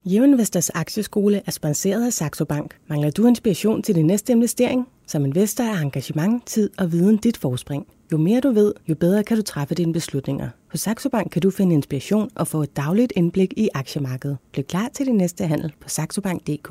GeoInvestors aktieskole er sponsoreret af Saxo Bank. Mangler du inspiration til din næste investering? Som investor er engagement, tid og viden dit forspring. Jo mere du ved, jo bedre kan du træffe dine beslutninger. På Saxo Bank kan du finde inspiration og få et dagligt indblik i aktiemarkedet. Bliv klar til din næste handel på saxobank.dk.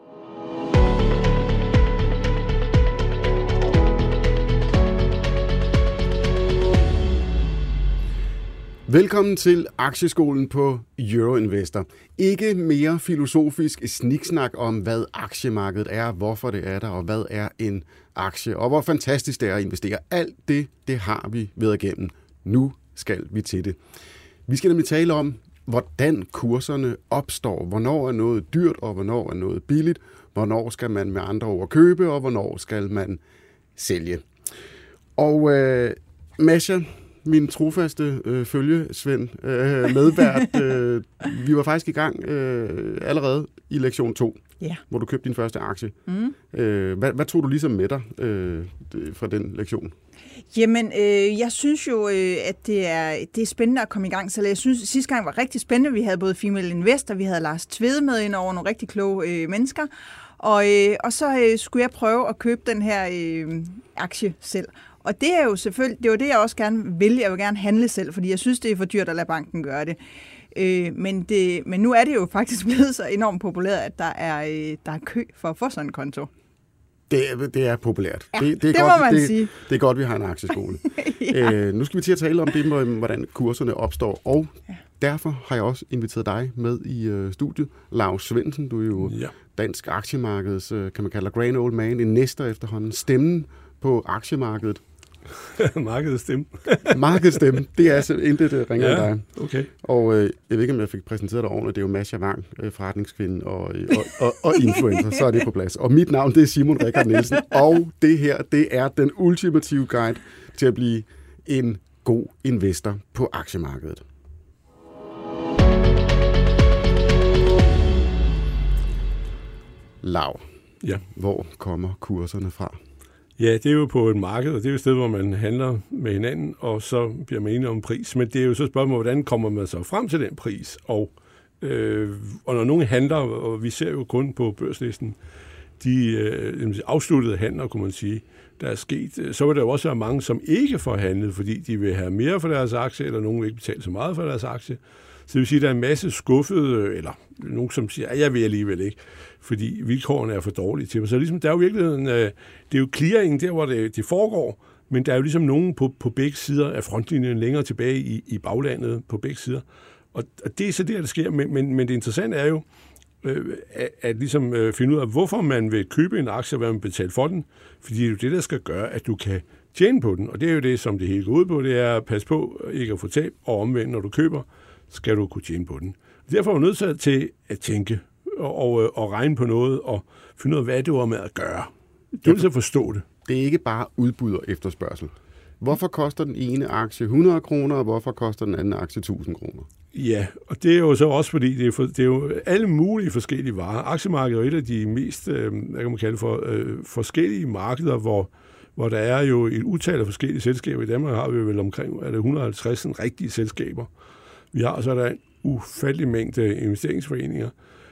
Velkommen til Aktieskolen på GeoInvestor. Ikke mere filosofisk sniksnak om, hvad aktiemarkedet er, hvorfor det er der, og hvad er en aktie, og hvor fantastisk det er at investere. Alt det har vi været igennem. Nu skal vi til det. Vi skal nemlig tale om, hvordan kurserne opstår. Hvornår er noget dyrt, og hvornår er noget billigt. Hvornår skal man med andre ord købe, og hvornår skal man sælge. Og Masha, min trofaste følgesvend, medvært, vi var faktisk i gang allerede i lektion 2, hvor du købte din første aktie. Hvad tog du ligesom med dig fra den lektion? Jamen, jeg synes jo, at det er spændende at komme i gang. Så jeg synes, at sidste gang var rigtig spændende. Vi havde både Female Investor, vi havde Lars Tvede med ind over nogle rigtig kloge mennesker. Og så skulle jeg prøve at købe den her aktie selv. Og det er jo selvfølgelig, det er jo det, jeg også gerne vil. Jeg vil gerne handle selv, fordi jeg synes, det er for dyrt at lade banken gøre det. Men nu er det jo faktisk blevet så enormt populært, at der er kø for at få sådan en konto. Det er populært. Ja, det godt, må man sige. Det er godt, vi har en aktieskole. Ja. Nu skal vi til at tale om det, hvordan kurserne opstår. Og derfor har jeg også inviteret dig med i studiet. Laus Svendsen, du er jo dansk aktiemarkeds, kan man kalde dig, grand old man, en næster efterhånden, stemmen på aktiemarkedet. Markedets stemme. Markedets stemme. Det er altså intet, der ringer af dig. Okay. Og jeg ved ikke, om jeg fik præsenteret dig ordentligt. Det er jo Masha Wang, forretningskvinde og influencer. Så er det på plads. Og mit navn, det er Simon Rikard Nielsen. Og det her, det er den ultimative guide til at blive en god investor på aktiemarkedet. Lav. Ja. Hvor kommer kurserne fra? Ja, det er jo på et marked, og det er jo et sted, hvor man handler med hinanden, og så bliver man enige om pris. Men det er jo så et spørgsmål, hvordan kommer man så frem til den pris? Og når nogen handler, og vi ser jo kun på børslisten, de afsluttede handler, kunne man sige, der er sket, så vil der jo også være mange, som ikke får handlet, fordi de vil have mere for deres aktie, eller nogen vil ikke betale så meget for deres aktie. Så det vil sige, at der er en masse skuffede, eller nogen, som siger, at jeg vil alligevel ikke, fordi vilkårene er for dårlige til mig. Så ligesom, der er jo virkeligheden, det er jo clearing der, hvor det foregår, men der er jo ligesom nogen på begge sider af frontlinjen længere tilbage i baglandet på begge sider. Og det er så der sker, men det interessante er jo, at ligesom finde ud af, hvorfor man vil købe en aktie, og hvad man betaler for den, fordi det er jo det, der skal gøre, at du kan tjene på den. Og det er jo det, som det hele går ud på, det er at passe på ikke at få tab, og omvendt, når du køber, skal du kunne tjene på den. Derfor er du nødt til at tænke og regne på noget, og finde ud af, hvad det var med at gøre. Du er nødt til at forstå det. Det er ikke bare udbud og efterspørgsel. Hvorfor koster den ene aktie 100 kroner, og hvorfor koster den anden aktie 1000 kroner? Ja, og det er jo så også fordi, det er jo alle mulige forskellige varer. Aktiemarkedet er et af de mest, hvad kan man kalde for, forskellige markeder, hvor der er jo et utal af forskellige selskaber. I Danmark har vi vel omkring 150 rigtige selskaber. Vi har så der en ufattelig mængde investeringsforeninger.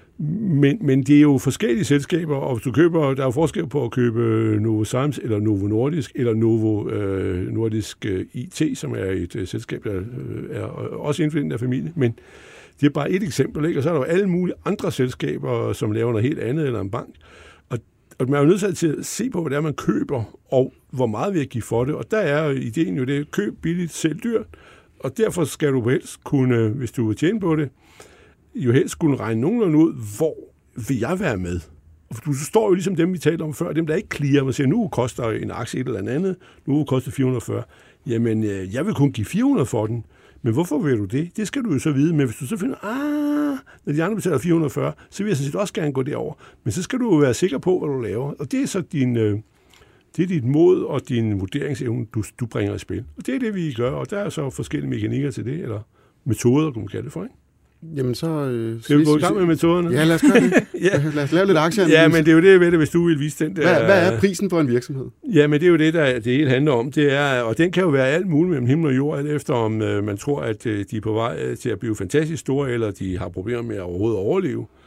Men det er jo forskellige selskaber, og hvis du køber, der er jo forskel på at købe Novozymes eller Novo Nordisk, eller Novo Nordisk IT, som er et selskab, der er også inden for den der familie. Men det er bare et eksempel, ikke? Og så er der jo alle mulige andre selskaber, som laver noget helt andet, eller en bank. Og man er jo nødt til at se på, hvad det er, man køber, og hvor meget vil jeg give for det. Og der er ideen jo det, køb billigt, sælg dyrt. Og derfor skal du helst kunne, hvis du vil tjene på det, jo helst kunne regne nogenlunde ud, hvor vil jeg være med? Og du står jo ligesom dem, vi talte om før, dem der ikke clear, man siger, nu koster en aktie et eller andet, nu koster 440. Jamen, jeg vil kun give 400 for den. Men hvorfor vil du det? Det skal du jo så vide. Men hvis du så finder, når de andre betaler 440, så vil jeg sådan set også gerne gå derover. Men så skal du jo være sikker på, hvad du laver. Og det er så det er dit mod og din vurderingsevne, du bringer i spil. Og det er det, vi gør, og der er så forskellige mekanikker til det, eller metoder, kunne man kalde det for, ikke? Jamen så... Skal vi gå i gang med metoderne? Ja, lad os gøre det. Lad os lave lidt aktieanalyse. Ja, men det er jo det ved det, hvis du vil vise den der... Hvad er prisen for en virksomhed? Ja, men det er jo det, det hele handler om. Det er, og den kan jo være alt muligt mellem himmel og jord, alt efter om man tror, at de er på vej til at blive fantastisk store, eller de har problemer med at overhovedet overleve.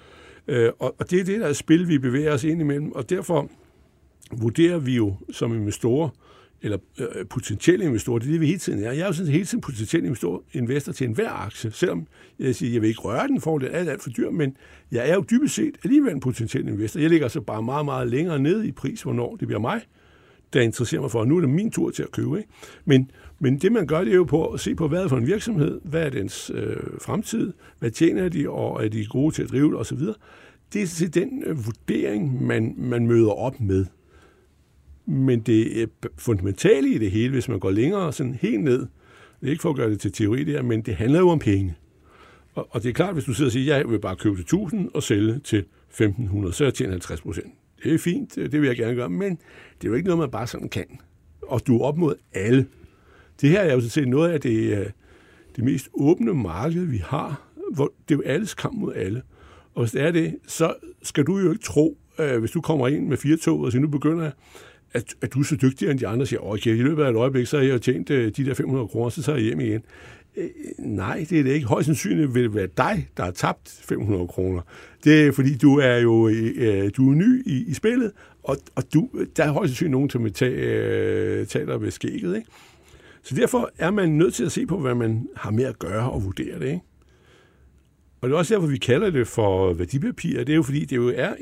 Og det er det, der er spil, vi bevæger os ind imellem, og derfor vurderer vi jo som investorer, eller potentielle investorer, det er det, vi hele tiden er. Jeg er jo sådan hele tiden potentielle investor til enhver aktie, selvom jeg siger, jeg vil ikke røre den, for det er alt for dyr, men jeg er jo dybest set alligevel en potentiel investor. Jeg ligger så bare meget, meget længere ned i pris, hvornår det bliver mig, der interesserer mig for, at nu er det min tur til at købe. Ikke? Men det, man gør, det er jo på at se på, hvad er det for en virksomhed, hvad er dens fremtid, hvad tjener de, og er de gode til at drive det, osv. Det er til den vurdering, man møder op med. Men det fundamentale i det hele, hvis man går længere sådan helt ned, det er ikke for at gøre det til teori der, men det handler jo om penge. Og det er klart, hvis du sidder og siger, jeg vil bare købe til 1.000 og sælge til 1.500, så jeg tjener 50%. Det er fint, det vil jeg gerne gøre, men det er jo ikke noget, man bare sådan kan. Og du er op mod alle. Det her er jo sådan set noget af det mest åbne marked, vi har, hvor det er jo alles kamp mod alle. Og hvis det er det, så skal du jo ikke tro, hvis du kommer ind med 4-toget og siger, nu begynder jeg, at du er så dygtigere end de andre, og siger, okay, i løbet af et øjeblik, så har jeg tjent de der 500 kroner, så tager jeg hjem igen. Nej, det er det ikke. Højst sandsynligt vil det være dig, der har tabt 500 kroner. Det er, fordi du er jo du er ny i spillet, og der er højst sandsynligt nogen, som vil tage dig ved skægget. Ikke? Så derfor er man nødt til at se på, hvad man har med at gøre og vurdere det. Ikke? Og det er også derfor, vi kalder det for værdipapirer. Det er jo fordi, det jo er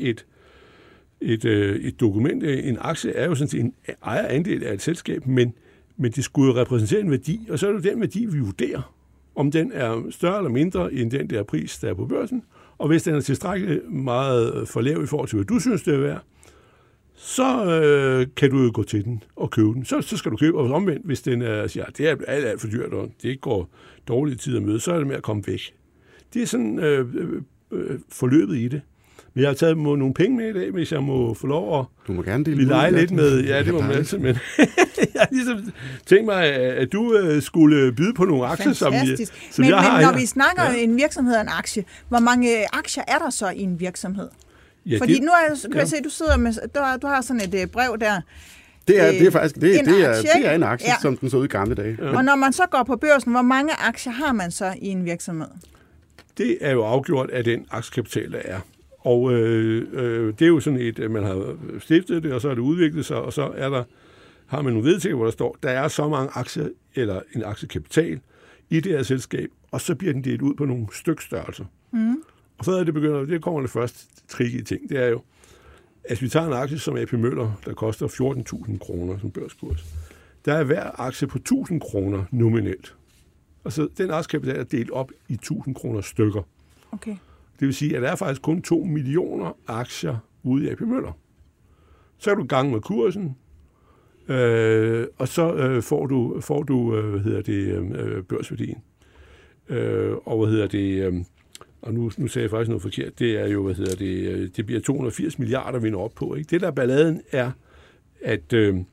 et dokument. En aktie er jo sådan en ejerandel af et selskab, men det skulle jo repræsentere en værdi, og så er det den værdi, vi vurderer, om den er større eller mindre end den der pris, der er på børsen. Og hvis den er tilstrækkeligt meget for lav i forhold til, hvad du synes, det er værd, så kan du jo gå til den og købe den. Så skal du købe, og omvendt, hvis den siger, det er alt for dyrt, og det ikke går dårlige tid at møde, så er det med at komme væk. Det er sådan forløbet i det. Men jeg har taget nogle penge med i dag, hvis jeg må få lov at du må gerne dele vi lege lidt med. Ja, det må man altid, men jeg har ligesom tænkt mig, at du skulle byde på nogle aktier, som jeg har. Men når vi snakker en virksomhed og en aktie, hvor mange aktier er der så i en virksomhed? Ja, fordi nu kan jeg se, du sidder med, du har sådan et brev der. Det er faktisk det er en aktie, som den så ud i gamle dage. Ja. Og når man så går på børsen, hvor mange aktier har man så i en virksomhed? Det er jo afgjort af den aktiekapital, der er. Og det er jo sådan man har stiftet det, og så er det udviklet sig, og så har man nogle vedtægter, hvor der står, der er så mange aktier, eller en aktiekapital i det her selskab, og så bliver den delt ud på nogle stykstørrelser. Mm. Og så er det kommer det første tricky ting, det er jo, at vi tager en aktie som AP Møller, der koster 14.000 kroner som børskurs. Der er hver aktie på 1.000 kroner nominelt. Og så den aktiekapital er delt op i 1.000 kroner stykker. Okay. Det vil sige, at der er faktisk kun 2 millioner aktier ude i AP Møller. Så er du i gang med kursen, og så får du børsværdien. Og nu sagde jeg faktisk noget forkert. Det er jo, det bliver 280 milliarder, vi når op på. Ikke? Det der balladen er, at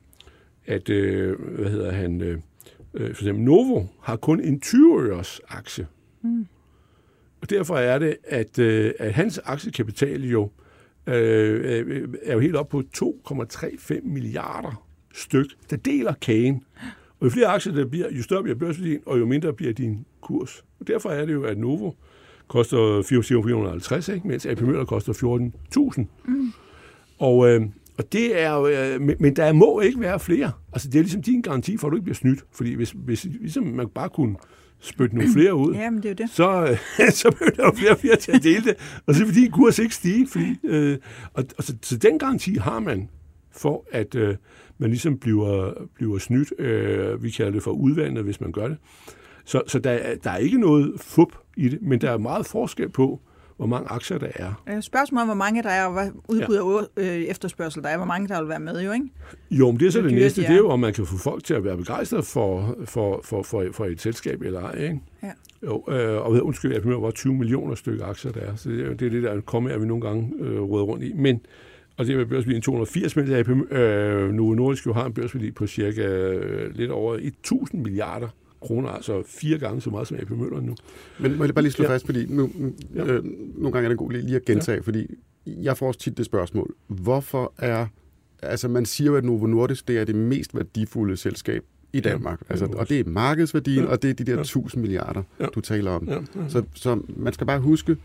for eksempel Novo har kun en 20-øres aktie. Mm. Og derfor er det, at hans aktiekapital jo er jo helt op på 2,35 milliarder styk, der deler kagen. Og jo flere aktier der bliver, jo større bliver børsværdien, og jo mindre bliver din kurs. Og derfor er det jo, at Novo koster 450, ikke? Mens AP Møller koster 14.000. Mm. Og det er jo, men der må ikke være flere. Altså det er ligesom din garanti for, at du ikke bliver snydt. Fordi hvis ligesom man bare kunne spytte nogle flere ud, jamen, det er det. Så bliver der jo flere til at dele det. Og så fordi kurs ikke stige. Fordi, så den garanti har man for, at man ligesom bliver snydt. Vi kalder det for udvandet, hvis man gør det. Så der er ikke noget fup i det, men der er meget forskel på, hvor mange aktier der er. Spørgsmålet om, hvor mange der er, og hvad udbud og efterspørgsel der er, hvor mange der vil være med, jo, ikke? Jo, men det er så det næste. Det er jo, om man kan få folk til at være begejstret for et selskab eller ej, ikke? Ja. Jo, og undskyld, at det var 20 millioner stykker aktier, der er. Så det er det, der kommer, at vi nogle gange råder rundt i. Men, og det er børsværdien 280, men Novo Nordisk jo har en børsværdi på cirka lidt over 1.000 milliarder kroner, altså 4 gange så meget som AP Møller nu. Men må jeg bare lige slå fast, fordi nogle gange er det god lige at gentage, fordi jeg får også tit det spørgsmål. Hvorfor man siger jo, at Novo Nordisk, det er det mest værdifulde selskab i Danmark. Og det er markedsværdien, og det er de der 1.000 milliarder, du taler om. Så man skal bare huske,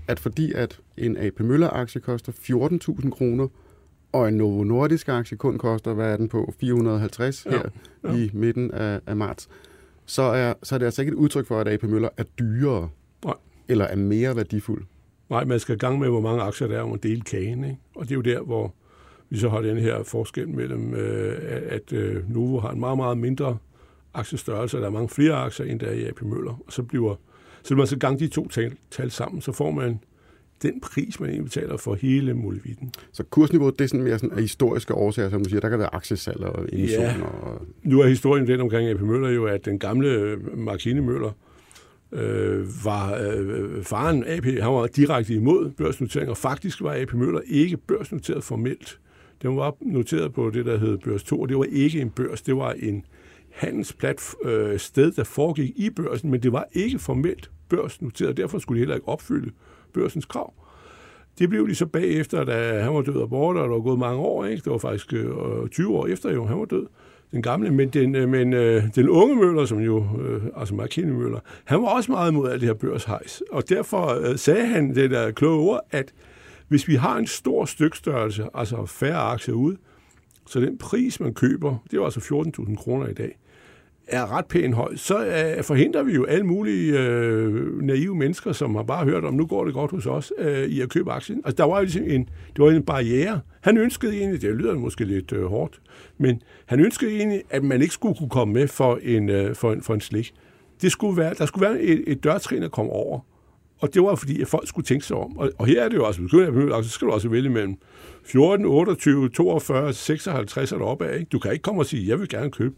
at fordi at en AP Møller-aktie koster 14.000 kroner, og en Novo Nordisk-aktie kun koster, hvad er den på, 450 her i midten af marts, så er det altså ikke et udtryk for, at AP Møller er dyrere, eller er mere værdifuld. Nej, man skal i gang med, hvor mange aktier der er om at dele kagen, ikke? Og det er jo der, hvor vi så har den her forskel mellem, at Novo har en meget, meget mindre aktiestørrelse, og der er mange flere aktier, end der er i AP Møller. Og så man så gang de to tal sammen, så får man den pris, man egentlig betaler for hele muligheden. Så kursniveauet, det er sådan mere sådan af historiske årsager, som du siger, der kan være aktiesalg og emissioner. Ja, nu er historien den omkring AP Møller jo, at den gamle Markine Møller var faren AP, han var direkte imod børsnotering, og faktisk var AP Møller ikke børsnoteret formelt. Den var noteret på det, der hed Børs 2, og det var ikke en børs, det var en handelsplat sted, der foregik i børsen, men det var ikke formelt børsnoteret, og derfor skulle de heller ikke opfylde børsens krav. Det blev de så bagefter, da han var død og borte, og der var gået mange år, ikke? Det var faktisk 20 år efter, jo, han var død, den gamle, men den unge Møller, som jo, altså Markine Møller, han var også meget imod alt det her børshejs, og derfor sagde han det der kloge ord, at hvis vi har en stor stykstørrelse, altså færre aktier ude, så den pris, man køber, det er altså 14.000 kroner i dag, er ret pænt høj, så forhindrer vi jo alle mulige naive mennesker, som har bare hørt om, nu går det godt hos os, i at købe aktien. Altså, der var jo ligesom en barriere. Han ønskede egentlig, det lyder måske lidt hårdt, men han ønskede egentlig, at man ikke skulle kunne komme med for en slik. Der skulle være et dørtrin, der kom over. Og det var fordi, at folk skulle tænke sig om. Og her er det jo også, så skal du også vælge mellem 14, 28, 42, 56 og opad. Ikke? Du kan ikke komme og sige, jeg vil gerne købe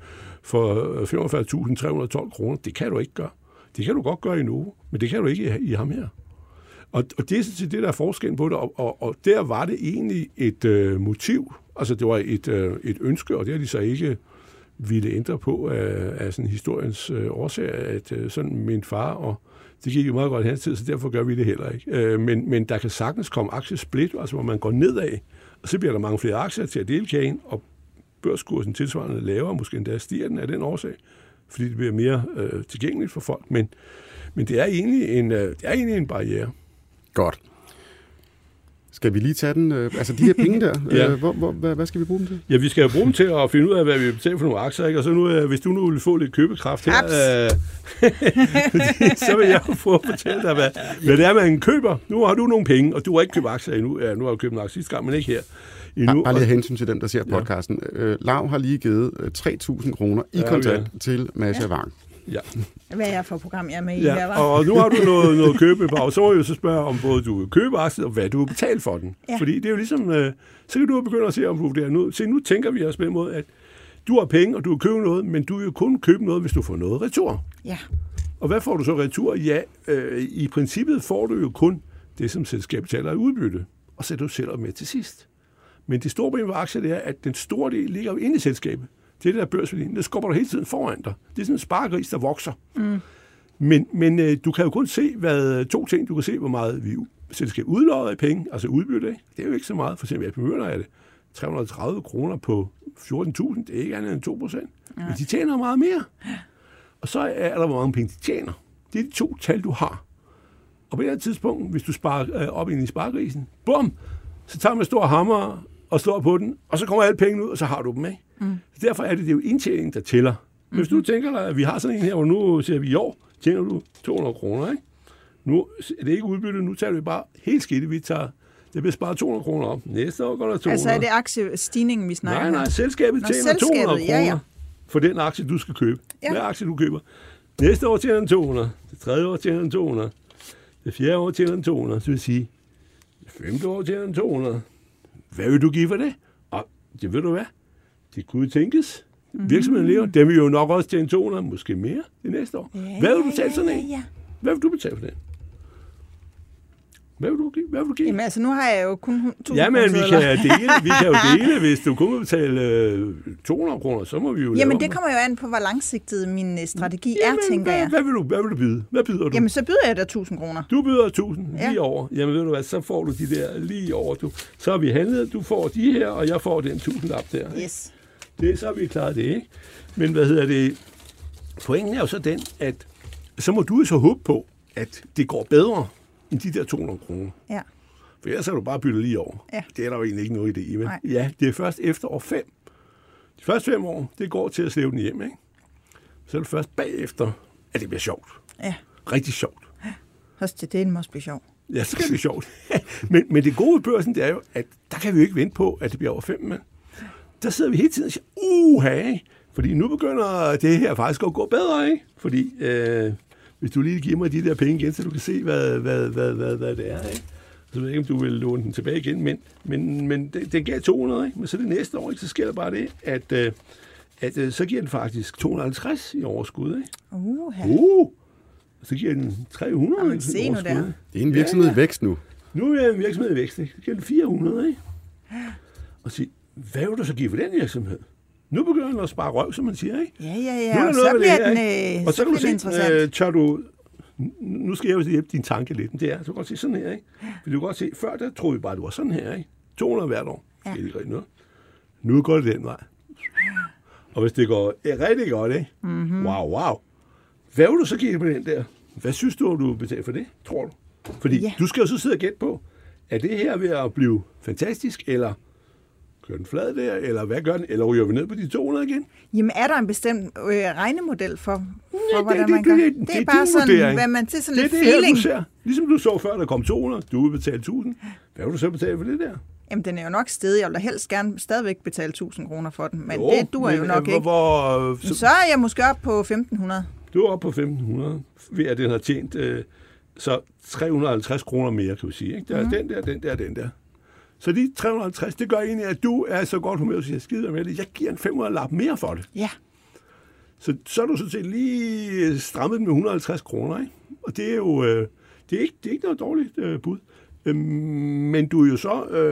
for 45.312 kroner. Det kan du ikke gøre. Det kan du godt gøre i Novo, men det kan du ikke i ham her. Og det er det, der er forskellen på det. Og der var det egentlig et motiv. Altså det var et ønske, og det har de så ikke ville ændre på af sådan historiens årsag, at sådan min far og det gik jo meget godt i hans tid, så derfor gør vi det heller ikke. Men der kan sagtens komme aktiesplit, altså hvor man går nedad, og så bliver der mange flere aktier til at dele kagen, og børskursen tilsvarende lavere, måske endda stiger den af den årsag, fordi det bliver mere tilgængeligt for folk. Men det er egentlig en barriere. Godt. Skal vi lige tage den? Altså de her penge der, ja. Hvad skal vi bruge dem til? Ja, vi skal jo bruge dem til at finde ud af, hvad vi betaler for nogle aktier, ikke? Og så nu, hvis du nu vil få lidt købekraft her, så vil jeg prøve at fortælle dig, hvad det er, man køber. Nu har du nogle penge, og du har ikke købt aktier endnu. Ja, nu har du købt en aktie sidste gang, men ikke her. Bare lige hensyn til dem, der ser podcasten. Lav har lige givet 3.000 kroner i kontant til Masha Wang. Ja. Hvad er jeg for program, jeg er med i her, var? Og nu har du noget købe på, og så må jeg jo så spørge, om både du vil købe aktier, og hvad du vil betale for den. Ja. Fordi det er jo ligesom, så kan du begynde at se, om du vurderer nu. Se, nu tænker vi også på den måde, at du har penge, og du vil købe noget, men du vil jo kun købe noget, hvis du får noget retur. Ja. Og hvad får du så retur? Ja, i princippet får du jo kun det, som selskabet betaler i udbytte, og så er du selv med til sidst. Men det store problem ved aktier, det er, at den store del ligger jo inde i selskabet. Det er det der børsværdien. Det skubber du hele tiden foran dig. Det er sådan en sparegris, der vokser. Mm. Men du kan jo kun se to ting. Du kan se, hvor meget vi selskabet udlodder i penge, altså udbytte. Ikke? Det er jo ikke så meget. For eksempel, at Møller er det 330 kroner på 14.000. Det er ikke andet end 2%. Men de tjener meget mere. Og så er der, hvor mange penge de tjener. Det er de to tal, du har. Og på et eller andet tidspunkt, hvis du sparer op ind i sparegrisen, bum, så tager man en stor hammer og slår på den, og så kommer alle pengene ud, og så har du dem, ikke? Mm. Derfor er det jo indtjeningen, der tæller. Mm-hmm. Hvis du tænker dig, at vi har sådan en her, hvor nu siger vi, i år tjener du 200 kroner, ikke? Nu er det ikke udbyttet, nu tager vi bare helt skidt, det bliver sparet 200 kroner op. Næste år går der 200. Altså er det aktiestigningen, vi snakker om? Nej, selskabet tjener 200 kroner for den aktie, du skal købe. Ja. Hver aktie, du køber. Næste år tjener den 200. Det tredje år tjener den 200. Det fjerde år tjener den 200. Så vil sige, det femte år tjener den 200. Hvad vil du give for det? Og det ved du hvad? Det kunne tænkes. Virksomheden lever. Den vil jo nok også tjene 200, måske mere det næste år. Hvad vil du betale sådan en? Hvad vil du betale for det? Hvad vil du give? Jamen altså, nu har jeg jo kun 200 Jamen, vi kan jo dele. Hvis du kun vil betale 200 kroner, så må vi jo Jamen, det kommer jo an på, hvor langsigtet min strategi tænker jeg. Hvad vil du byde? Hvad byder du? Jamen, så byder jeg da 1.000 kroner. Du byder 1.000 lige over. Jamen, ved du hvad, så får du de der lige over. Så har vi handlet, du får de her, og jeg får den 1.000 op der. Yes. Så har vi klaret det, ikke? Men pointen er jo så den, at så må du så håbe på, at det går bedre end de der 200 kroner. Ja. For ellers er du bare byttet lige over. Ja. Det er der jo egentlig ikke noget idé i. Men Nej. ja, det er først efter år 5. De første 5 år, det går til at slæve den hjem, ikke? Så er det først bagefter, at det bliver sjovt. Ja. Rigtig sjovt. Også til det må blive sjovt. Ja, så kan det blive sjovt. men det gode ved børsen, det er jo, at der kan vi jo ikke vente på, at det bliver over 5, mand. Der sidder vi hele tiden og siger, fordi nu begynder det her faktisk at gå bedre, ikke? Fordi hvis du lige giver mig de der penge igen, så du kan se, hvad det er, ikke? Så ved jeg ikke, om du vil låne den tilbage igen, men den gav 200, ikke? Men så det næste år, ikke? Så sker der bare det, at så giver den faktisk 250 i overskud, ikke? Så giver den 300 i overskud. Der. Det er en virksomhed i vækst nu. Nu er en virksomhed i vækst, ikke? Så giver den 400, ikke? Og sige, hvad vil du så give for den virksomhed? Nu begynder den at spare røv, som man siger, ikke? Ja. Og så bliver den, og så kan du se, interessant. tør du... Nu skal jeg jo hjælpe din tanke lidt. Det er, så du kan godt se sådan her, ikke? For du kan godt se, før der troede vi bare, at du var sådan her, ikke? 200 hvert år. Ja. Det er ikke rigtig noget. Nu går det den vej. Og hvis det går rigtig godt, ikke? Mm-hmm. Wow. Hvad vil du så give på den der? Hvad synes du betaler for det, tror du? Fordi du skal jo så sidde og gætte på, er det her ved at blive fantastisk, eller kører den flad der, eller hvad gør den, eller ryger vi ned på de 200 igen? Jamen, er der en bestemt regnemodel for hvordan man gør? Det er bare sådan, hvad man til sådan lidt feeling. Det er det her, du ser. Ligesom du så før, der kom 200, du vil betale 1000. Hvad vil du så betale for det der? Jamen, den er jo nok stedet. Jeg vil da helst gerne stadigvæk betale 1000 kroner for den, men det duer jo nok ikke. Så er jeg måske op på 1500. Du er oppe på 1500, ved at den har tjent så 350 kroner mere, kan vi sige. Ikke? Der er den der. Så de 350, det gør egentlig, at du er så godt humør, at jeg skider med det. Jeg giver en 500-lap mere for det. Ja. Så er du så til lige strammet med 150 kroner, ikke? Og det er jo det er ikke noget dårligt bud. Men du er jo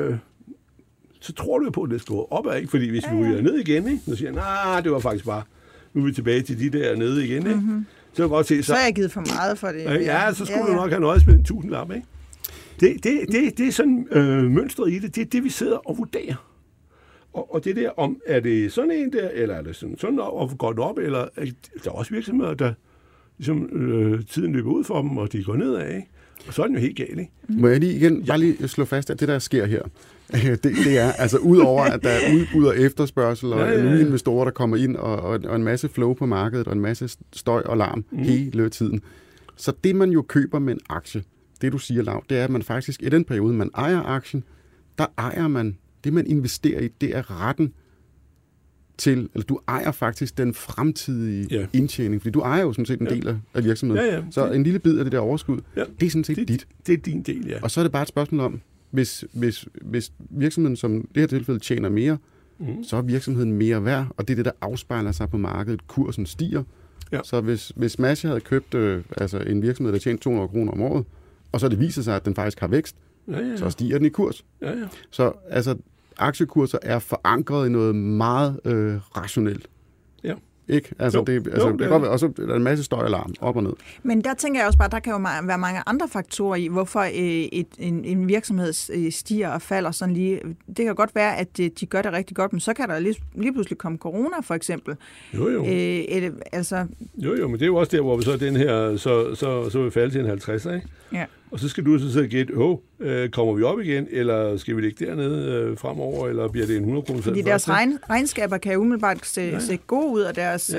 så tror du jo på, at det skal gå opad, ikke? Fordi hvis vi ryger ned igen, ikke? Så siger jeg, det var faktisk bare, nu er vi tilbage til de der nede igen, ikke? Mm-hmm. Så kan godt se, så er jeg givet for meget for det. Ja, så skulle du nok have nøjes med en 1000-lap, ikke? Det er sådan mønstret i det. Det er det, vi sidder og vurderer. Og det der om, er det sådan en der, eller er det sådan og godt op, eller der er også virksomheder, der ligesom tiden løber ud for dem, og de går nedad, ikke? Og så er den jo helt galt, ikke? Må jeg lige igen bare lige slå fast, at det, der sker her, det er altså udover, at der er udbud og efterspørgsel, og nye investorer, der kommer ind, og en masse flow på markedet, og en masse støj og larm hele tiden. Så det, man jo køber med en aktie, det du siger, Lav, det er, at man faktisk i den periode, man ejer aktien, der ejer man, det man investerer i, det er retten til, eller du ejer faktisk den fremtidige indtjening, fordi du ejer jo sådan set en del af virksomheden. Ja. Så en lille bid af det der overskud, det er sådan set dit. Det er din del, ja. Og så er det bare et spørgsmål om, hvis virksomheden, som det her tilfælde, tjener mere, så er virksomheden mere værd, og det er det, der afspejler sig på markedet. Kursen stiger. Ja. Så hvis Masha havde købt en virksomhed, der tjener 200 kroner om året, og så det viser sig, at den faktisk har vækst, så stiger den i kurs. Ja. Så altså, aktiekurser er forankret i noget meget rationelt. Ja. Ikke? Altså, det kan godt være, og så er der en masse støj og larm op og ned. Men der tænker jeg også bare, der kan jo være mange andre faktorer i, hvorfor en virksomhed stiger og falder sådan lige. Det kan godt være, at de gør det rigtig godt, men så kan der lige pludselig komme corona, for eksempel. Jo. Jo, men det er jo også der, hvor vi så den her, så vil falde til en 50'er, ikke? Ja. Og så skal du så sidde og gætte, kommer vi op igen, eller skal vi ligge dernede fremover, eller bliver det en 100 kroner? Fordi deres regnskaber kan umiddelbart se gode ud af deres...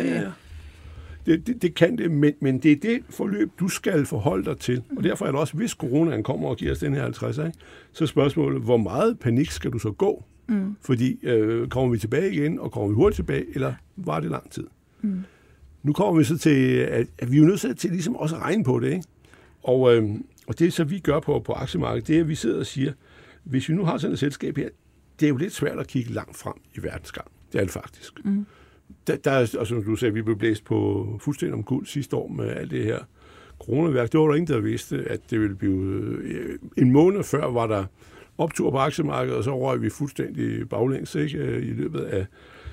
Det kan det, men det er det forløb, du skal forholde dig til. Og derfor er det også, hvis coronaen kommer og giver os den her 50'er, så er spørgsmålet, hvor meget panik skal du så gå? Fordi kommer vi tilbage igen, og kommer vi hurtigt tilbage, eller var det lang tid? Nu kommer vi så til, at vi er nødt til ligesom også at regne på det, ikke? Og det, så vi gør på aktiemarkedet, det er, at vi sidder og siger, hvis vi nu har sådan et selskab her, det er jo lidt svært at kigge langt frem i verdensgang. Det er det faktisk. Og som du sagde, vi blev blæst på fuldstændig omkuld sidste år med alt det her coronaværk. Det var der ingen, der vidste, at det ville blive... En måned før var der optur på aktiemarkedet, og så røg vi fuldstændig baglæns, ikke, i løbet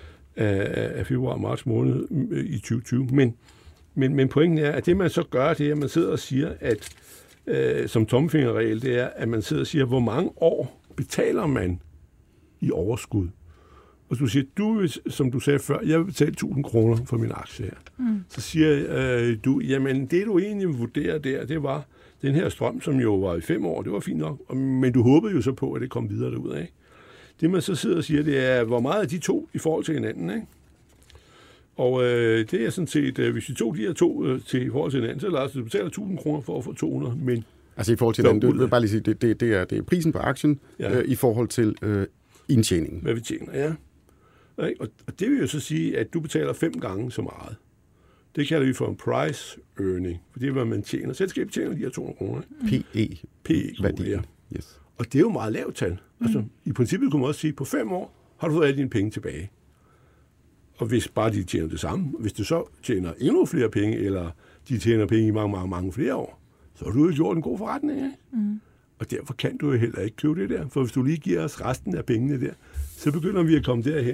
af februar-marts måned i 2020. Men pointen er, at det man så gør, det er, at man sidder og siger, at som tommelfingerregel, det er, at man sidder og siger, hvor mange år betaler man i overskud. Og så siger som du sagde før, jeg vil betale 1000 kroner for min aktie her. Så siger du, jamen det du egentlig vurderer der, det var den her strøm, som jo var i 5 år, det var fint nok, men du håbede jo så på, at det kom videre derudad. Det man så sidder og siger, det er, hvor meget er de to i forhold til hinanden, ikke? Og det er sådan set, hvis vi tog de her to til i forhold til hinanden, så lader du betaler 1.000 kroner for at få 200, men... Altså i forhold til hinanden, det vil bare lige sige, det er prisen på aktien i forhold til indtjeningen. Hvad vi tjener, ja. Og det vil jo så sige, at du betaler 5 gange så meget. Det kalder vi for en price earning, for det er, hvad man tjener. Selskabet tjener de her 200 kroner. PE-værdien. Ja. Yes. Og det er jo meget lavt tal. Altså, i princippet kunne man også sige, at på 5 år har du fået alle dine penge tilbage. Og hvis bare de tjener det samme, hvis du så tjener endnu flere penge, eller de tjener penge i mange flere år, så har du jo gjort en god forretning, ikke? Og derfor kan du jo heller ikke købe det der. For hvis du lige giver os resten af pengene der, så begynder vi at komme derhen,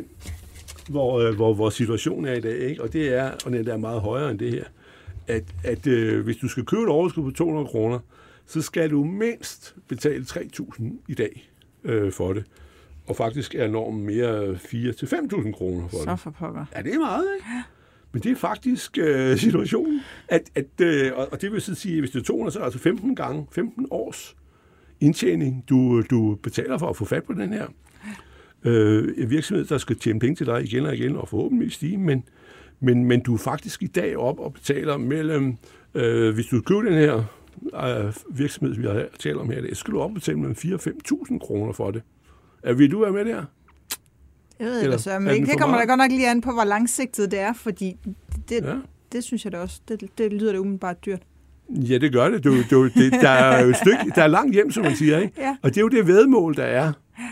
hvor situationen er i dag, ikke? Og det er, og den er meget højere end det her, at hvis du skal købe et overskud på 200 kroner, så skal du mindst betale 3.000 i dag for det. Og faktisk er normen mere 4.000-5.000 kroner for det. Så for pokker. Ja, det er meget, ikke? Ja. Men det er faktisk situationen. Og det vil så sige, at hvis det er 200, så er det altså 15 års indtjening, du betaler for at få fat på den her en virksomhed, der skal tjene penge til dig igen og igen, og forhåbentlig stige, men du er faktisk i dag op og betaler mellem, hvis du køber den her virksomhed, vi har talt om her, så skal du op og betale mellem 4.000 og 5.000 kroner for det. Vil du være med der? Jeg ved det så, men det kommer da godt nok lige an på, hvor langsigtet det er, fordi det synes jeg da også, det lyder da umiddelbart dyrt. Ja, det gør det. Der er jo et stykke, der er langt hjem, som man siger, ikke? Ja. Og det er jo det væddemål, der er.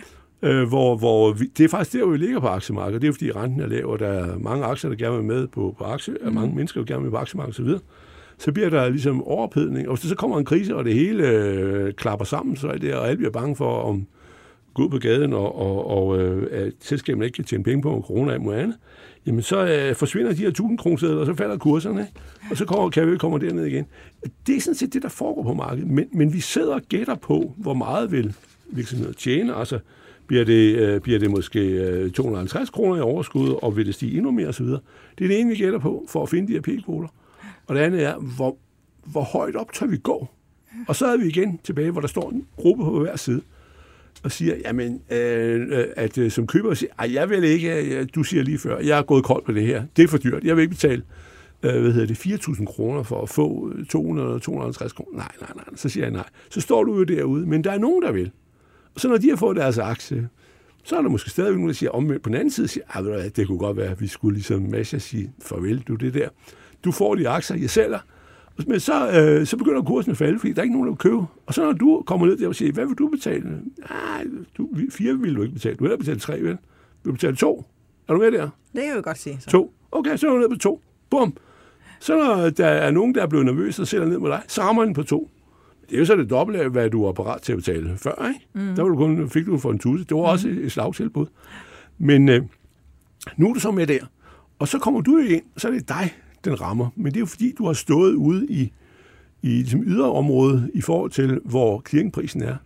Det er faktisk der, hvor vi ligger på aktiemarkedet. Det er jo, fordi renten er lav, og der er mange aktier, der gerne vil med på aktie, og mange mennesker vil gerne med på aktiemarkedet osv. Så bliver der ligesom overophedning, og hvis der så kommer en krise, og det hele klapper sammen, så er det, og alle bliver bange for, om gå ud på gaden, og at selskaberne ikke kan tjene penge på corona og noget andet, jamen så forsvinder de her 1.000 kroner, og så falder kurserne, og så kommer derned igen. Det er sådan set det, der foregår på markedet, men vi sidder og gætter på, hvor meget vil virksomheder tjene, altså bliver det måske 250 kroner i overskud, og vil det stige endnu mere osv. Det er det ene, vi gætter på, for at finde de her p-koder. Og det andet er, hvor højt op tør vi gå? Og så er vi igen tilbage, hvor der står en gruppe på hver side, og siger, jamen, at som køber siger, jeg vil ikke, du siger lige før, jeg er gået kold på det her, det er for dyrt, jeg vil ikke betale 4.000 kroner for at få 250 kroner. Nej, så siger jeg nej. Så står du jo derude, men der er nogen, der vil. Og så når de har fået deres aktie, så er der måske stadig nogen, der siger omvendt på den anden side, siger, det kunne godt være, at vi skulle ligesom Masha sige, farvel, du det der. Du får de aktier, jeg sælger, men så begynder kursen at falde, fordi der er ikke nogen, der vil købe. Og så når du kommer ned der og siger, hvad vil du betale? Nej, 4 vil du ikke betale. Du vil betale 3, vel? Du vil betale 2. Er du med der? Det kan jeg godt sige. Så. 2. Okay, så er du ned på 2. Bum. Så når der er nogen, der er blevet nervøs og sælger ned med dig, så rammer den på 2. Det er jo så det dobbelte af, hvad du var parat til at betale før, ikke? Der fik du for en tusse. Det var også et slagtilbud. Men nu er du så med der. Og så kommer du ind, så er det dig, den rammer. Men det er jo fordi, du har stået ude i ligesom yderområdet i forhold til, hvor clearingprisen er.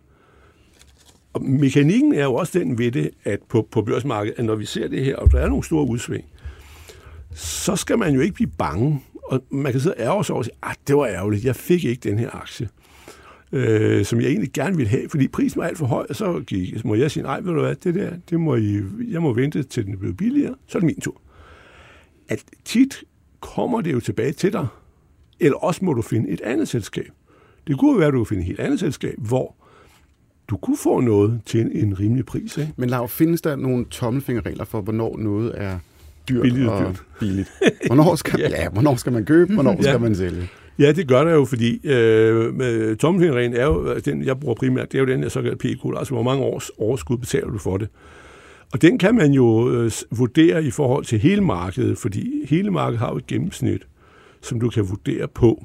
Og mekanikken er jo også den ved det, at på børsmarkedet, at når vi ser det her, og der er nogle store udsving, så skal man jo ikke blive bange. Og man kan sidde og ærge sig over og sige, det var ærgerligt, jeg fik ikke den her aktie, som jeg egentlig gerne ville have, fordi prisen var alt for høj, og så må jeg sige, nej, ved du hvad, jeg må vente til den bliver billigere, så er det min tur. At tit kommer det jo tilbage til dig, eller også må du finde et andet selskab. Det kunne jo være, at du kunne finde et helt andet selskab, hvor du kunne få noget til en rimelig pris. Ikke? Men Lav, findes der nogle tommelfingerregler for, hvornår noget er dyrt og billigt? Hvornår skal man købe, hvornår skal man sælge? Ja, det gør der jo, fordi tommelfingerreglen er jo, den jeg bruger primært, det er jo den her såkaldte p-kode, altså hvor mange års overskud betaler du for det. Og den kan man jo vurdere i forhold til hele markedet, fordi hele markedet har jo et gennemsnit, som du kan vurdere på.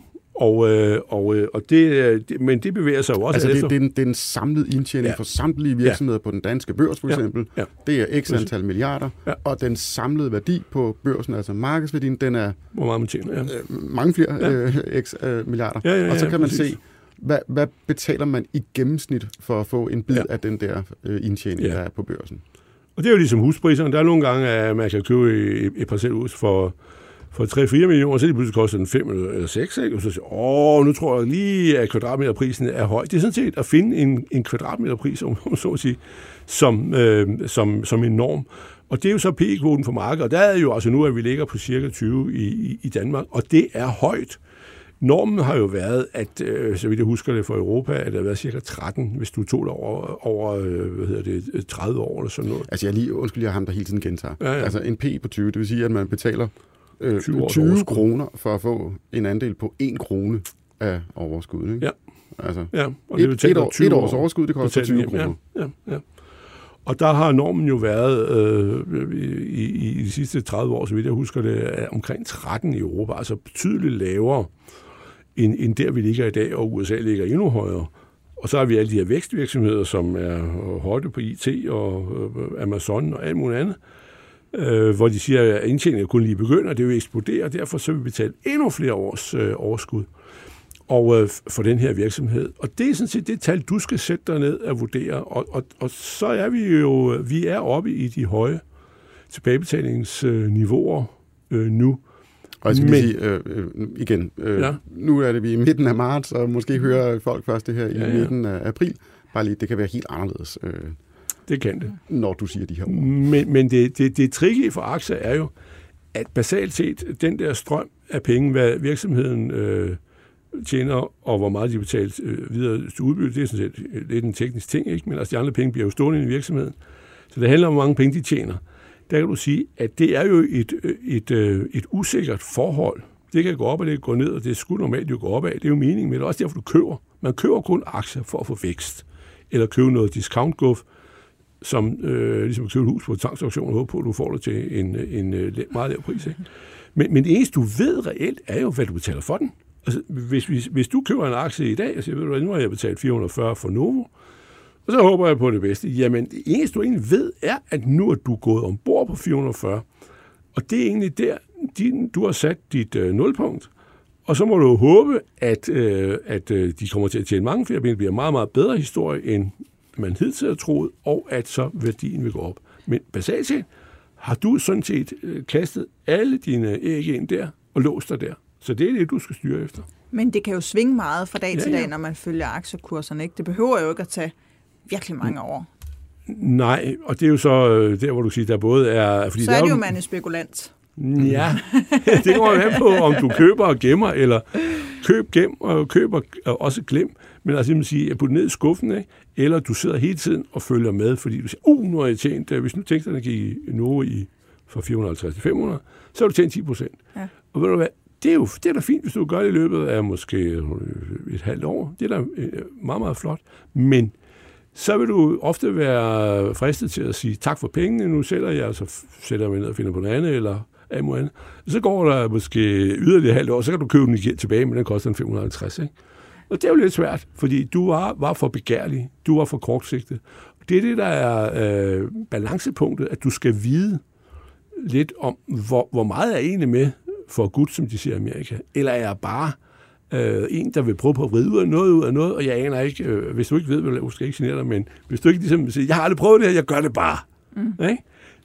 Men det bevæger sig jo også altså det er den samlede indtjening for samtlige virksomheder på den danske børs, for eksempel. Ja. Det er x antal milliarder, og den samlede værdi på børsen, altså markedsværdien, den er hvor meget man tjener, mange flere x milliarder. Og så kan man se, hvad betaler man i gennemsnit for at få en bid af den der indtjening, der er på børsen. Og det er jo ligesom huspriserne. Der er nogle gange, at man kan købe et parcelhus for for 3-4 millioner, så er det pludselig koster den 5 eller 6, ikke? Og så siger nu tror jeg lige, at kvadratmeterprisen er høj. Det er sådan set at finde en kvadratmeterpris, så at sige, som en norm. Og det er jo så PE-kvoten for markedet, og der er jo altså nu, at vi ligger på cirka 20 i Danmark, og det er højt. Normen har jo været, at så vidt jeg husker det for Europa, at der har været cirka 13, hvis du tog det over 30 år eller sådan noget. Altså jeg ham, der hele tiden gentager. Ja. Altså en P på 20, det vil sige, at man betaler 20 kroner for at få en andel på 1 krone af overskuddet, ikke? Ja. Altså, og det betaler et års overskud, det koster 20 kroner. Ja. Og der har normen jo været i de sidste 30 år, så vidt jeg husker det, omkring 13 i Europa, altså betydeligt lavere end der, vi ligger i dag, og USA ligger endnu højere. Og så har vi alle de her vækstvirksomheder, som er højde på IT og Amazon og alt muligt andet, hvor de siger, at indtjeningen kun lige begynder, det vil eksplodere, og derfor så vil vi betale endnu flere års overskud og for den her virksomhed. Og det er sådan set det tal, du skal sætte dig ned og vurdere, og så er vi er oppe i de høje tilbagebetalingsniveauer nu. Og jeg skal lige sige igen, nu er det vi i midten af marts, og måske hører folk først det her i midten af april. Bare lige, det kan være helt anderledes. Det kan det. Når du siger de her ord. Men det tricky for aktier er jo, at basalt set, den der strøm af penge, hvad virksomheden tjener, og hvor meget de betalt videre til udbytte, det er sådan set lidt en teknisk ting, ikke? Men altså de andre penge bliver jo stående i virksomheden. Så det handler om, hvor mange penge de tjener. Der kan du sige, at det er jo et usikkert forhold. Det kan gå op, og det kan gå ned, og det skulle normalt jo gå opad. Det er jo meningen med det. Også derfor, du køber. Man køber kun aktier for at få vækst. Eller købe noget discount-guf, som ligesom at købe et hus på en tvangsauktion og håbe på, at du får det til en meget lav pris. Ikke? Men det eneste, du ved reelt, er jo, hvad du betaler for den. Altså, hvis du køber en aktie i dag, og siger, ved du, nu har jeg betalt 440 for Novo, og så håber jeg på det bedste. Jamen, det eneste, du egentlig ved, er, at nu er du gået ombord på 440. Og det er egentlig der, du har sat dit nulpunkt. Og så må du håbe, at de kommer til at tjene mange flere penge. Det bliver en meget, meget bedre historie, end man hidtil har troet, og at så værdien vil gå op. Men basalt set har du sådan set kastet alle dine æg ind der og låst dig der. Så det er det, du skal styre efter. Men det kan jo svinge meget fra dag til dag, når man følger aktiekurserne, ikke? Det behøver jo ikke at tage virkelig mange år. Nej, og det er jo så der, hvor du siger, der både er... Fordi så er det jo, man er spekulant. Ja, det går jo på, om du køber og gemmer, eller gem og køber og også glem. Men altså, man siger, at putte ned i skuffen, ikke? Eller du sidder hele tiden og følger med, fordi du siger, nu har jeg tjent, hvis nu tænkte dig, at give noget fra 450 til 500, så har du tjent 10%. Ja. Og ved du hvad, det er da fint, hvis du gør det i løbet af måske et halvt år. Det er da meget, meget flot. Men så vil du ofte være fristet til at sige, tak for pengene, nu sælger jeg, så sætter jeg mig ned og finder på noget andet, eller alt muligt andet. Så går der måske yderligere halvt år, så kan du købe den igen tilbage, men den koster en 550, ikke? Og det er jo lidt svært, fordi du var for begærlig, du var for kortsigtet. Det er det, der er balancepunktet, at du skal vide lidt om, hvor meget er egentlig med for Gud, som de siger i Amerika, eller er jeg bare en, der vil prøve på at vride ud af noget, og jeg aner ikke, hvis du ikke ved, hvad du skal ikke genere dig, men hvis du ikke ligesom siger, jeg har aldrig prøvet det her, jeg gør det bare. Ikke?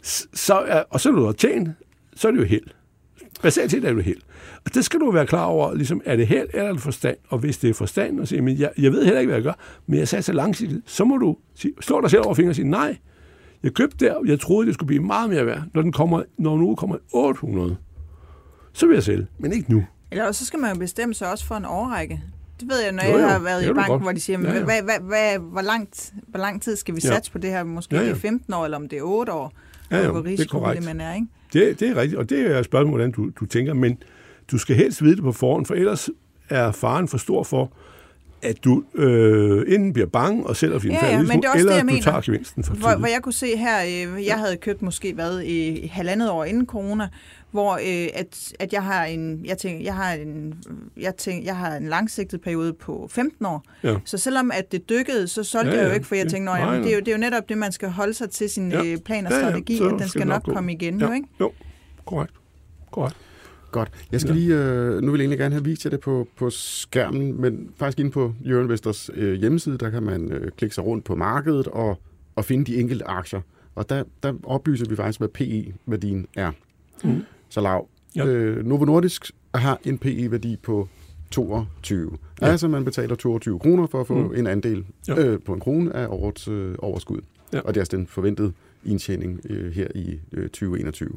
Og så er du da tjent, så er det jo held. Basalt set er det jo held. Og det skal du være klar over, ligesom, er det held eller er det forstand? Og hvis det er forstand, og sige, men jeg ved heller ikke, hvad jeg gør, men jeg sagde så langsigtet, så må du slå dig selv over fingeren og sige, nej, jeg købte der, jeg troede, det skulle blive meget mere værd. Når nu kommer 800, så vil jeg sælge, men ikke nu. Eller også så skal man jo bestemme sig også for en årrække. Det ved jeg, når jeg har været i banken, hvor de siger, hvor lang tid skal vi satse på det her? Måske det er 15 år, eller om det er 8 år, hvor risikovillig man er, ikke? Det er rigtigt, og det er et spørgsmål, hvordan du tænker, men du skal helst vide det på forhånd, for ellers er faren for stor for, at du enten bliver bange og sælger din eller du tager gevinsten for tidligt. Hvor jeg kunne se her, jeg havde købt måske i 1,5 år inden corona, hvor at jeg har en langsigtet periode på 15 år. Ja. Så selvom at det dykkede, så solgte jeg jo ikke, for jeg tænkte, det er jo netop det, man skal holde sig til sin plan og strategi, at den skal nok komme igen. Jo, ikke? Jo, korrekt. Godt. Jeg skal lige, nu vil jeg egentlig gerne have vist jer det på skærmen, men faktisk inde på Euroinvestors hjemmeside, der kan man klikke sig rundt på markedet og finde de enkelte aktier. Og der oplyser vi faktisk, hvad PE-værdien er. Så Lav, Ja. Novo Nordisk har en PE-værdi på 22. Ja. Altså man betaler 22 kroner for at få en andel på en krone af årets overskud. Ja. Og det er altså den forventede indtjening her i 2021.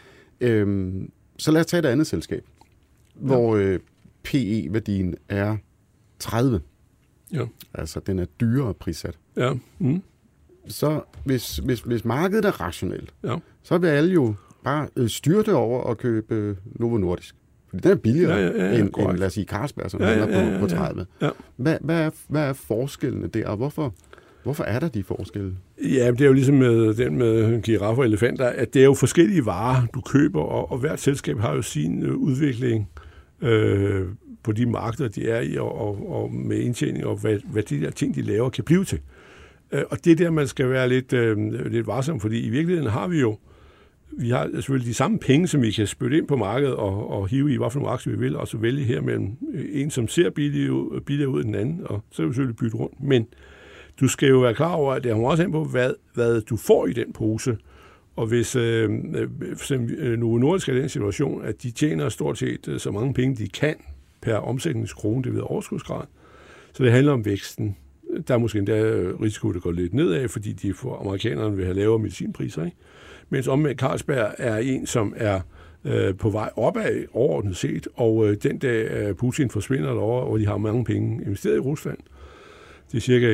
Så lad os tage et andet selskab, hvor PE-værdien er 30. Ja. Altså den er dyrere prissat. Ja. Så hvis markedet er rationelt, så vil alle jo bare styrte over at købe Novo Nordisk. Fordi den er billigere end, lad os sige, Carlsberg, som handler på 30. Ja. Hvad er forskellene der, og hvorfor er der de forskelle? Ja, det er jo ligesom med giraffer og elefanter, at det er jo forskellige varer, du køber, og hvert selskab har jo sin udvikling på de markeder, de er i, og med indtjening, og hvad de der ting, de laver, kan blive til. Og det er der, man skal være lidt varsom, fordi i virkeligheden har vi har selvfølgelig de samme penge, som vi kan spytte ind på markedet og hive i, hvad for nogle aktier vi vil, og så vælge her mellem en, som ser billigere ud end den anden, og så er vi selvfølgelig bytte rundt. Men du skal jo være klar over, at det kommer også an på, hvad du får i den pose. Og hvis Novo Nordisk er i den situation, at de tjener stort set så mange penge, de kan per omsætningskrone, det ved overskudsgrad, så det handler om væksten. Der er måske endda risiko, der går lidt nedad, fordi amerikanerne vil have lavere medicinpriser, ikke? Mens omvendt Carlsberg er en, som er på vej opad overordnet set, og den dag Putin forsvinder derovre, og de har mange penge investeret i Rusland, det er cirka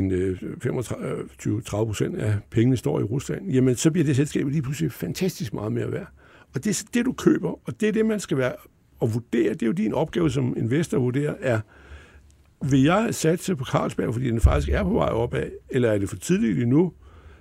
25-30% af pengene står i Rusland, jamen så bliver det selskab lige pludselig fantastisk meget mere værd. Og det er det, du køber, og det er det, man skal være og vurdere. Det er jo din opgave som investor at vurdere, vil jeg satse på Carlsberg, fordi den faktisk er på vej opad, eller er det for tidligt endnu?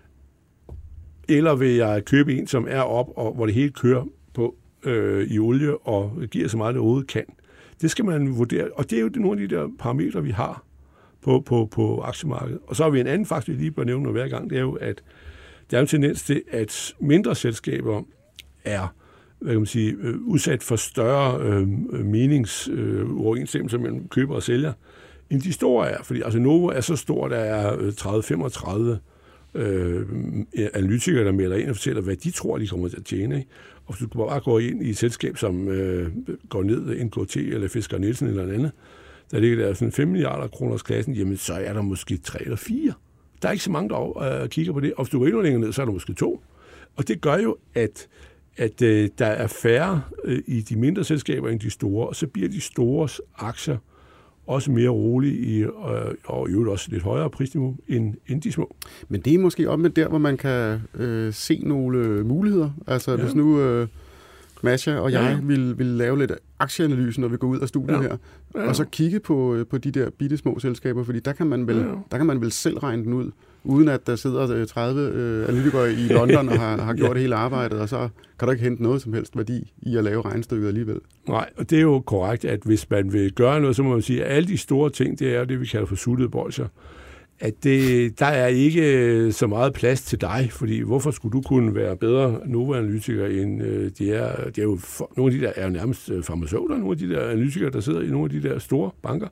Eller vil jeg købe en, som er op, og hvor det hele kører på i olie, og giver så meget, det overhovedet kan? Det skal man vurdere, og det er jo nogle af de der parametre, vi har på aktiemarkedet. Og så har vi en anden faktor, vi lige bør nævne hver gang, det er jo, at der er en tendens til, at mindre selskaber er udsat for større meningsuoverensstemmelser mellem køber og sælger, end de store er. Fordi altså Novo er så stor, der er 30-35 analytikere, der melder ind og fortæller, hvad de tror, de kommer til at tjene. Ikke? Og hvis du bare går ind i et selskab, som går ned, NKT eller Fisker Nielsen eller andet, der ligger der sådan 5 milliarder kroners klassen, jamen så er der måske 3 eller 4. Der er ikke så mange, der kigger på det. Og hvis du går endnu længere ned, så er der måske 2. Og det gør jo, at der er færre i de mindre selskaber end de store, og så bliver de stores aktier også mere rolige og i øvrigt også lidt højere prisniveau end de små. Men det er måske op med der, hvor man kan se nogle muligheder. Altså hvis nu Masha og jeg vil lave lidt aktieanalyse, når vi går ud af studiet her, og så kigge på de der bitte små selskaber, fordi der kan man vel selv regne den ud, uden at der sidder 30 analytikere i London og har gjort det hele arbejdet, og så kan der ikke hente noget som helst værdi i at lave regnestykket alligevel. Nej, og det er jo korrekt, at hvis man vil gøre noget, så må man sige, at alle de store ting, det er det, vi kalder for suttede bolsjer. At der er ikke så meget plads til dig, fordi hvorfor skulle du kunne være bedre Novo-analytiker end de er? Det er jo nogle af de der er jo nærmest farmaceuter, nogle af de der analytikere, der sidder i nogle af de der store banker,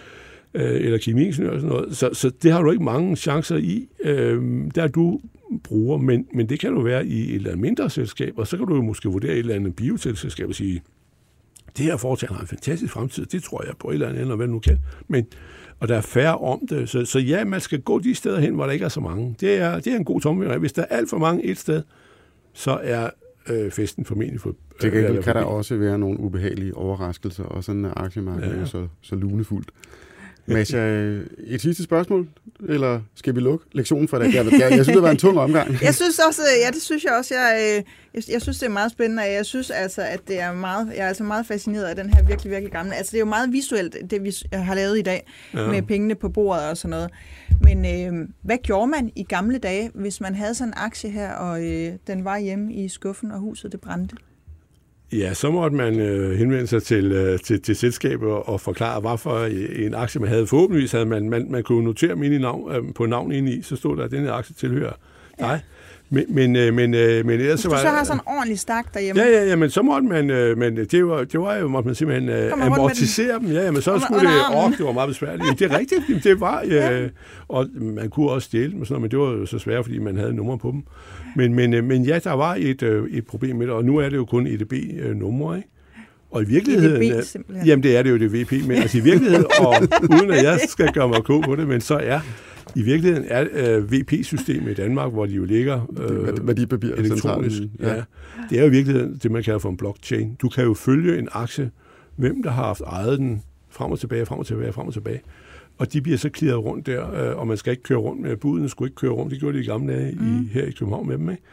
eller kemiingeniører og sådan noget. Så det har du ikke mange chancer i, der du bruger, men det kan du være i et eller andet mindre selskab, og så kan du jo måske vurdere et eller andet bioselskab og sige, det her foretagende har en fantastisk fremtid, det tror jeg på et eller andet, eller hvad du nu kan, og der er færre om det, så ja, man skal gå de steder hen, hvor der ikke er så mange. Det er en god tommelfinger. Hvis der er alt for mange et sted, så er festen formentlig for... Det kan der også være nogle ubehagelige overraskelser, og sådan er aktiemarkedet så lunefuldt. Masha, et sidste spørgsmål, eller skal vi lukke lektionen for i dag? Jeg synes, det var en tung omgang. Jeg synes også, det synes jeg også. Jeg synes, det er meget spændende, og jeg synes altså, at det er meget, jeg er altså meget fascineret af den her virkelig, virkelig gamle. Altså, det er jo meget visuelt, det vi har lavet i dag, med pengene på bordet og sådan noget. Men hvad gjorde man i gamle dage, hvis man havde sådan en aktie her, og den var hjemme i skuffen, og huset det brændte? Ja, så måtte man henvende sig til selskaber og forklare, hvorfor en aktie man havde. Forhåbentligvis havde man kunne notere på navn ind i, så stod der, at denne aktie tilhører Nej. Men ellers så har sådan en ordentlig stak derhjemme. Ja, men så måtte man, men det var jo, måtte man simpelthen amortisere dem. Ja, men så skulle det var meget besværligt. Jamen, det er rigtigt, jamen, det var, og man kunne også stjæle dem, og sådan noget, men det var jo så svært, fordi man havde numre på dem. Men ja, der var et problem med det, og nu er det jo kun EDB-numre, ikke? Og i virkeligheden, jamen det er det jo det VP, men altså i virkeligheden, og uden at jeg skal gøre mig på det, men så er i virkeligheden er VP-systemet i Danmark, hvor de jo ligger elektronisk. Ja. Det er jo i virkeligheden det, man kalder for en blockchain. Du kan jo følge en aktie, hvem der har haft ejet den frem og tilbage. Og de bliver så klirret rundt der, og man skal ikke køre rundt med budene, skulle ikke køre rundt. Det gjorde de i gamle dage her i København med dem, ikke?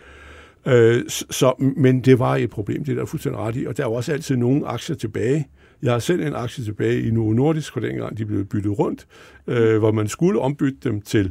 Men det var et problem, det er der fuldstændig ret i, og der er også altid nogle aktier tilbage. Jeg har selv en aktie tilbage i Novo Nordisk, for dengang de blev byttet rundt, hvor man skulle ombytte dem til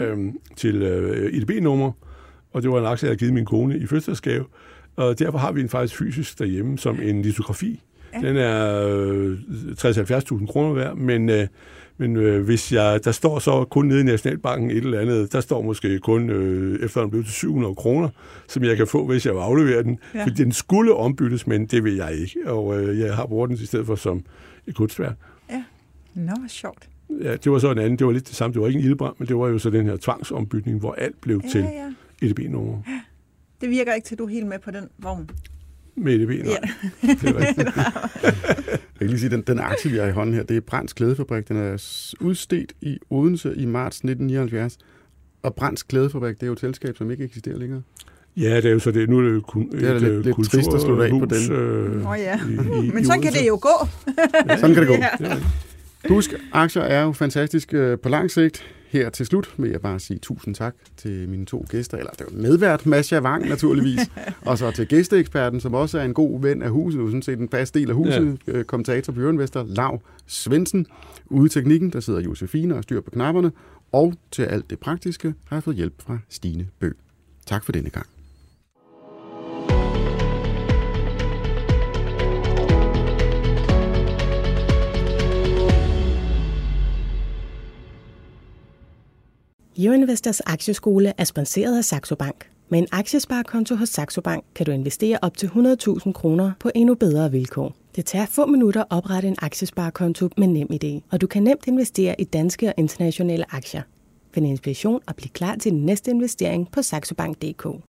EDB-nummer, og det var en aktie, jeg havde givet min kone i fødselsdagsgave, og derfor har vi den faktisk fysisk derhjemme som en litografi. Ja. Den er 60-70.000 kroner værd, men hvis der står så kun nede i Nationalbanken et eller andet, der står måske kun efter den blev til 700 kroner, som jeg kan få, hvis jeg vil aflevere den. Ja. For den skulle ombyttes, men det vil jeg ikke. Og jeg har brugt den i stedet for som et kunstværk. Ja, hvor sjovt. Ja, det var så en anden. Det var lidt det samme. Det var ikke en ildebrand, men det var jo så den her tvangsombytning, hvor alt blev til EDB-nummer. Ja. Det virker ikke til, at du er helt med på den vogn. Med EDB, nej. Ja. Det er rigtigt. Jeg kan lige sige, den aktie, vi har i hånden her, det er Brandts Klædefabrik. Den er udstedt i Odense i marts 1979. Og Brandts Klædefabrik, det er jo et selskab, som ikke eksisterer længere. Ja, det er jo så det. Nu er det jo kun det er lidt trist at slutte af på den. Men så kan det jo gå. Sådan kan det gå. Ja. Husk, aktier er jo fantastisk på lang sigt. Her til slut vil jeg bare sige tusind tak til mine to gæster, eller det var medvært, Masha Wang naturligvis, og så til gæsteeksperten, som også er en god ven af huset, og sådan set en fast del af huset, kommentator på Euroinvestor, Lau Svendsen. Ude i teknikken, der sidder Josefine og styr på knapperne, og til alt det praktiske har jeg fået hjælp fra Stine Bø. Tak for denne gang. Euroinvestors aktieskole er sponsoreret af Saxo Bank. Med en aktiesparekonto hos Saxo Bank kan du investere op til 100.000 kroner på endnu bedre vilkår. Det tager få minutter at oprette en aktiesparekonto med NemID, og du kan nemt investere i danske og internationale aktier. Find inspiration og bliv klar til din næste investering på saxobank.dk.